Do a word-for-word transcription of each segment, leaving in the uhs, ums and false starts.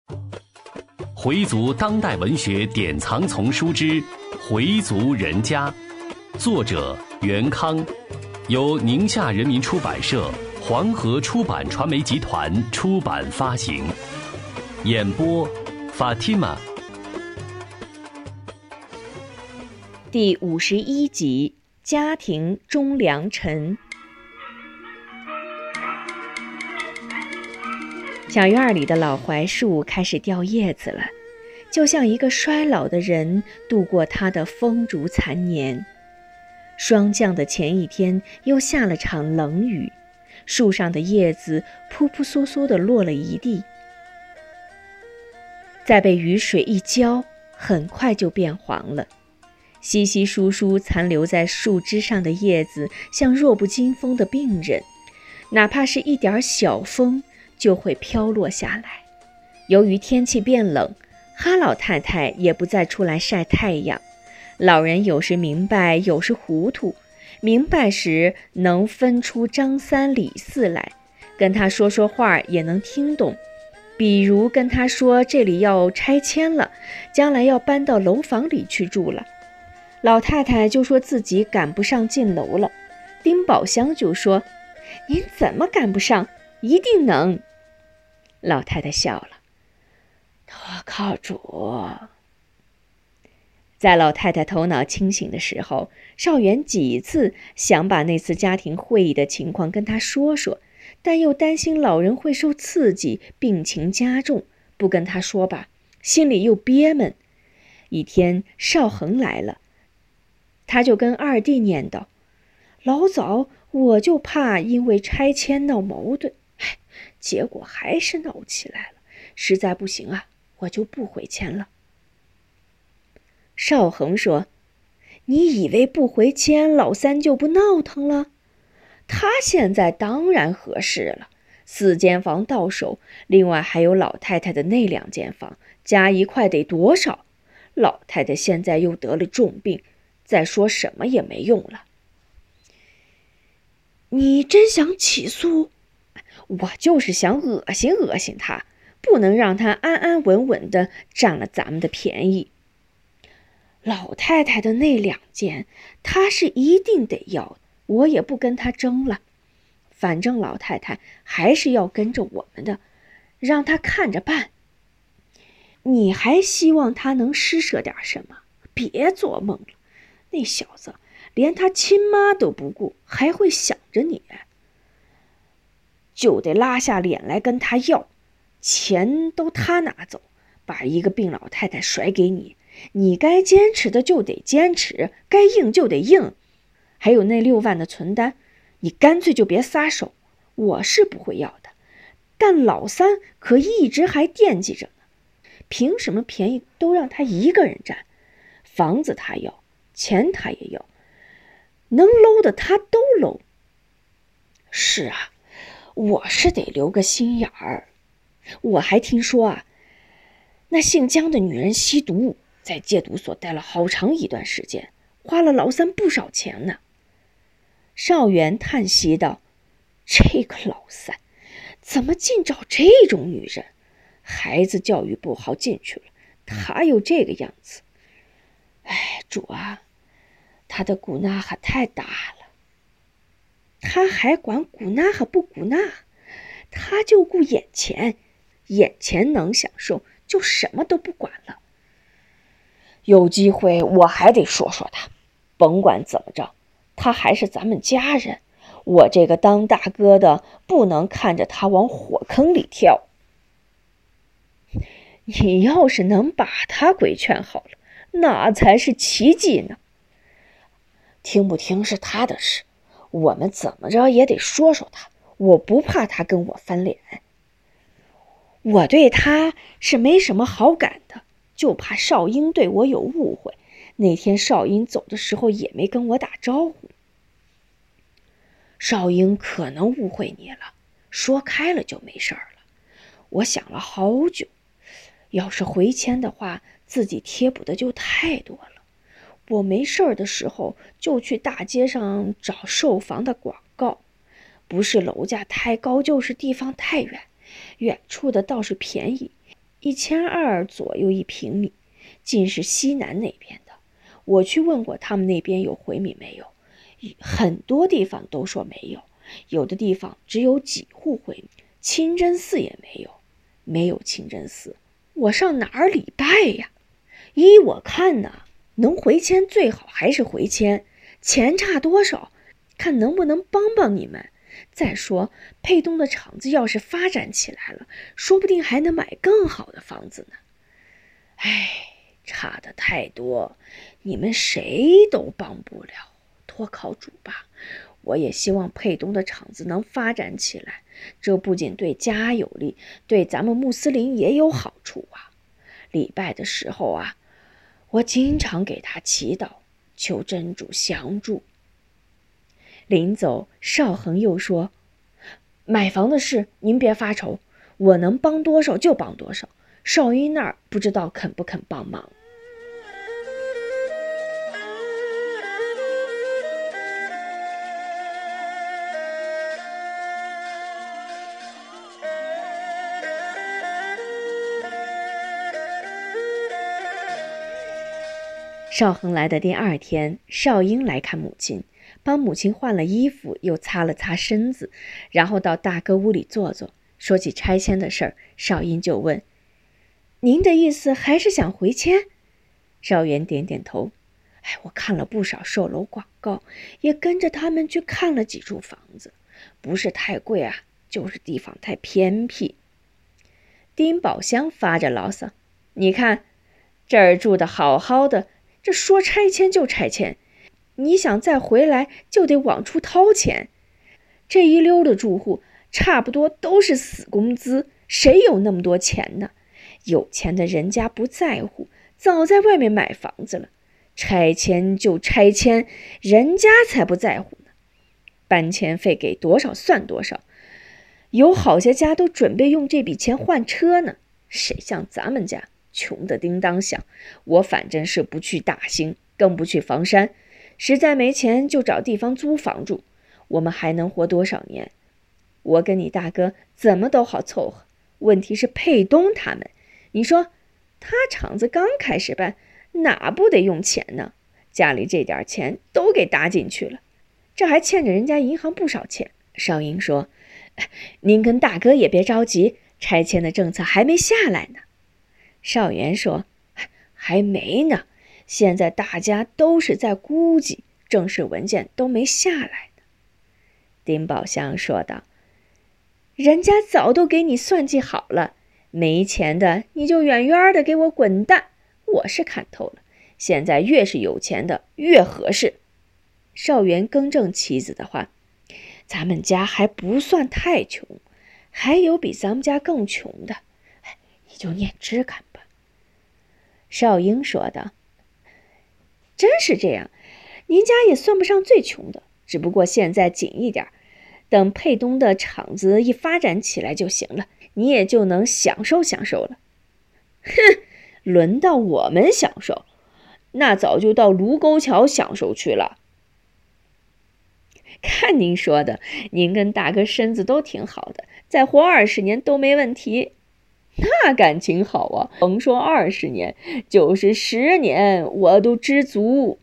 回族当代文学典藏丛书之《回族人家》，作者袁康，由宁夏人民出版社、黄河出版传媒集团出版发行。演播 Fatima。 第五十一集，家庭中良辰。小院里的老槐树开始掉叶子了，就像一个衰老的人度过他的风烛残年。霜降的前一天又下了场冷雨，树上的叶子扑扑簌簌地落了一地，再被雨水一浇，很快就变黄了。稀稀疏疏残留在树枝上的叶子像弱不禁风的病人，哪怕是一点小风就会飘落下来。由于天气变冷，哈老太太也不再出来晒太阳。老人有时明白，有时糊涂。明白时能分出张三李四来，跟他说说话也能听懂。比如跟他说这里要拆迁了，将来要搬到楼房里去住了。老太太就说自己赶不上进楼了。丁宝香就说：“您怎么赶不上？一定能。”老太太笑了：“托靠主。”在老太太头脑清醒的时候，少元几次想把那次家庭会议的情况跟他说说，但又担心老人会受刺激，病情加重，不跟他说吧，心里又憋闷。一天少恒来了，他就跟二弟念叨：“老早我就怕因为拆迁闹矛盾，唉，结果还是闹起来了，实在不行啊，我就不回迁了。”少恒说：“你以为不回迁，老三就不闹腾了？他现在当然合适了，四间房到手，另外还有老太太的那两间房，加一块得多少？老太太现在又得了重病，再说什么也没用了。”你真想起诉？我就是想恶心恶心他，不能让他安安稳稳地占了咱们的便宜。老太太的那两件，他是一定得要的，我也不跟他争了。反正老太太还是要跟着我们的，让他看着办。你还希望他能施舍点什么？别做梦了，那小子连他亲妈都不顾，还会想着你，就得拉下脸来跟他要，钱都他拿走，把一个病老太太甩给你，你该坚持的就得坚持，该硬就得硬。还有那六万的存单，你干脆就别撒手，我是不会要的，但老三可一直还惦记着呢，凭什么便宜都让他一个人占？房子他要，钱他也要，能搂的他都搂。是啊，我是得留个心眼儿。我还听说啊，那姓姜的女人吸毒，在戒毒所待了好长一段时间，花了老三不少钱呢。少元叹息道：“这个老三怎么净找这种女人？孩子教育不好进去了，他又这个样子。哎，主啊，他的古纳哈太大了。他还管古纳哈不古纳，他就顾眼前，眼前能享受，就什么都不管了。有机会我还得说说他，甭管怎么着，他还是咱们家人，我这个当大哥的不能看着他往火坑里跳。你要是能把他规劝好了，那才是奇迹呢。听不听是他的事，我们怎么着也得说说他，我不怕他跟我翻脸。我对他是没什么好感的，就怕少英对我有误会。那天少英走的时候也没跟我打招呼。少英可能误会你了，说开了就没事儿了。我想了好久，要是回迁的话，自己贴补的就太多了。我没事儿的时候就去大街上找售房的广告，不是楼价太高，就是地方太远，远处的倒是便宜， 一千二左右一平米，尽是西南那边的。我去问过他们那边有回民没有，很多地方都说没有，有的地方只有几户回民，清真寺也没有。没有清真寺，我上哪儿礼拜呀？依我看呢，能回迁最好还是回迁，钱差多少，看能不能帮帮你们。再说沛东的厂子要是发展起来了，说不定还能买更好的房子呢。唉，差的太多，你们谁都帮不了，托靠主吧。我也希望沛东的厂子能发展起来，这不仅对家有利，对咱们穆斯林也有好处啊。礼拜的时候啊，我经常给他祈祷，求真主相助。临走，邵恒又说，买房的事您别发愁，我能帮多少就帮多少，少英那儿不知道肯不肯帮忙。邵恒来的第二天，邵英来看母亲，帮母亲换了衣服，又擦了擦身子，然后到大哥屋里坐坐。说起拆迁的事儿，邵英就问，您的意思还是想回迁？邵元点点头，哎，我看了不少售楼广告，也跟着他们去看了几处房子，不是太贵啊，就是地方太偏僻。丁宝香发着牢骚，你看这儿住得好好的，这说拆迁就拆迁，你想再回来就得往出掏钱。这一溜的住户差不多都是死工资，谁有那么多钱呢？有钱的人家不在乎，早在外面买房子了。拆迁就拆迁，人家才不在乎呢。搬迁费给多少算多少，有好些家都准备用这笔钱换车呢。谁像咱们家穷得叮当响，我反正是不去大兴，更不去房山，实在没钱就找地方租房住。我们还能活多少年？我跟你大哥怎么都好凑合，问题是沛东他们，你说他厂子刚开始办，哪不得用钱呢？家里这点钱都给搭进去了，这还欠着人家银行不少钱。邵英说，您跟大哥也别着急，拆迁的政策还没下来呢。邵元说，还没呢，现在大家都是在估计，正式文件都没下来呢。丁宝香说道，人家早都给你算计好了，没钱的你就远远的给我滚蛋，我是看透了，现在越是有钱的越合适。邵元更正妻子的话，咱们家还不算太穷，还有比咱们家更穷的，你就念支看吧。邵英说道，真是这样，您家也算不上最穷的，只不过现在紧一点，等沛东的厂子一发展起来就行了，你也就能享受享受了。哼，轮到我们享受，那早就到卢沟桥享受去了。看您说的，您跟大哥身子都挺好的，再活二十年都没问题。那感情好啊，甭说二十年，就是十年我都知足。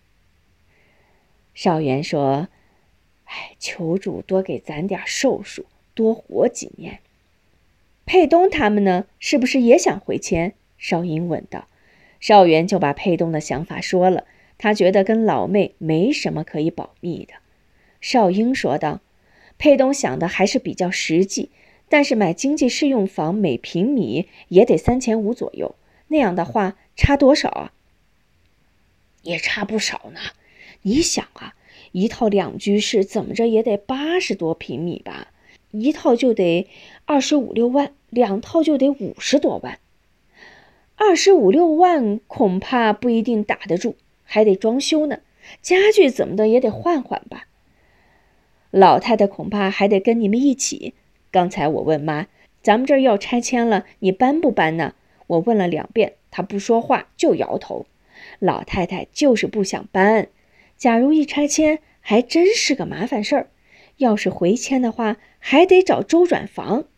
邵元说，哎，求主多给咱点寿数，多活几年。沛东他们呢，是不是也想回迁？邵英问道。邵元就把沛东的想法说了，他觉得跟老妹没什么可以保密的。邵英说道，沛东想的还是比较实际，但是买经济适用房每平米也得三千五左右，那样的话差多少啊？也差不少呢。你想啊，一套两居室怎么着也得八十多平米吧，一套就得二十五六万，两套就得五十多万。二十五六万恐怕不一定打得住，还得装修呢，家具怎么的也得换换吧。老太太恐怕还得跟你们一起。刚才我问妈，咱们这儿要拆迁了，你搬不搬呢？我问了两遍，她不说话就摇头。老太太就是不想搬，假如一拆迁还真是个麻烦事儿，要是回迁的话还得找周转房，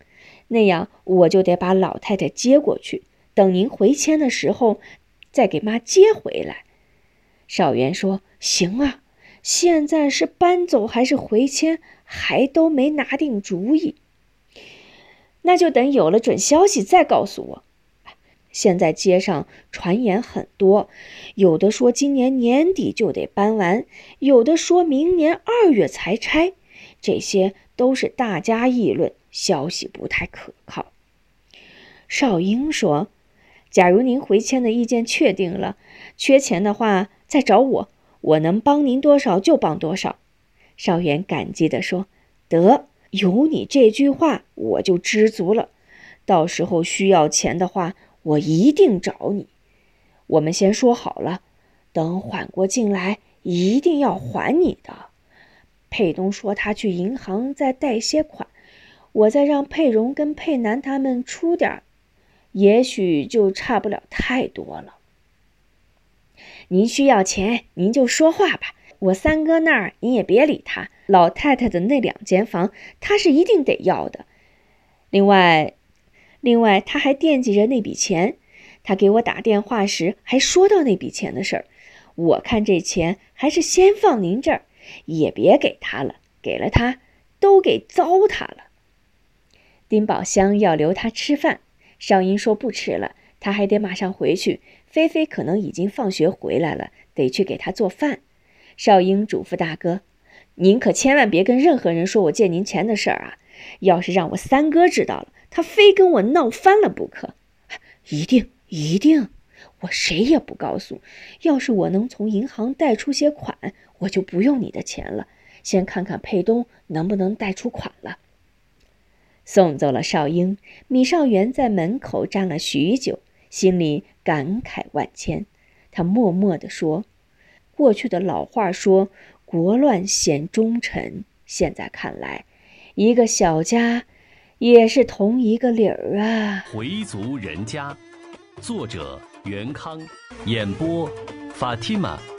那样我就得把老太太接过去，等您回迁的时候再给妈接回来。少元说，行啊，现在是搬走还是回迁，还都没拿定主意。那就等有了准消息再告诉我。现在街上传言很多，有的说今年年底就得搬完，有的说明年二月才拆，这些都是大家议论，消息不太可靠。少英说，假如您回迁的意见确定了，缺钱的话再找我，我能帮您多少就帮多少。少元感激地说，得，有你这句话我就知足了，到时候需要钱的话我一定找你。我们先说好了，等缓过劲来一定要还你的。佩东说他去银行再贷些款，我再让佩蓉跟佩南他们出点，也许就差不了太多了。您需要钱您就说话吧，我三哥那儿您也别理他，老太太的那两间房他是一定得要的。另外另外他还惦记着那笔钱，他给我打电话时还说到那笔钱的事儿，我看这钱还是先放您这儿，也别给他了，给了他都给糟蹋了。丁宝香要留他吃饭，少英说不吃了，他还得马上回去，菲菲可能已经放学回来了，得去给他做饭。少英嘱咐大哥，您可千万别跟任何人说我借您钱的事儿啊，要是让我三哥知道了，他非跟我闹翻了不可。一定一定，我谁也不告诉，要是我能从银行贷出些款，我就不用你的钱了，先看看佩东能不能贷出款了。送走了少英，米少元在门口站了许久，心里感慨万千。他默默地说，过去的老话说国乱显忠臣，现在看来一个小家也是同一个理儿啊。 回族人家，作者袁康，演播法蒂玛。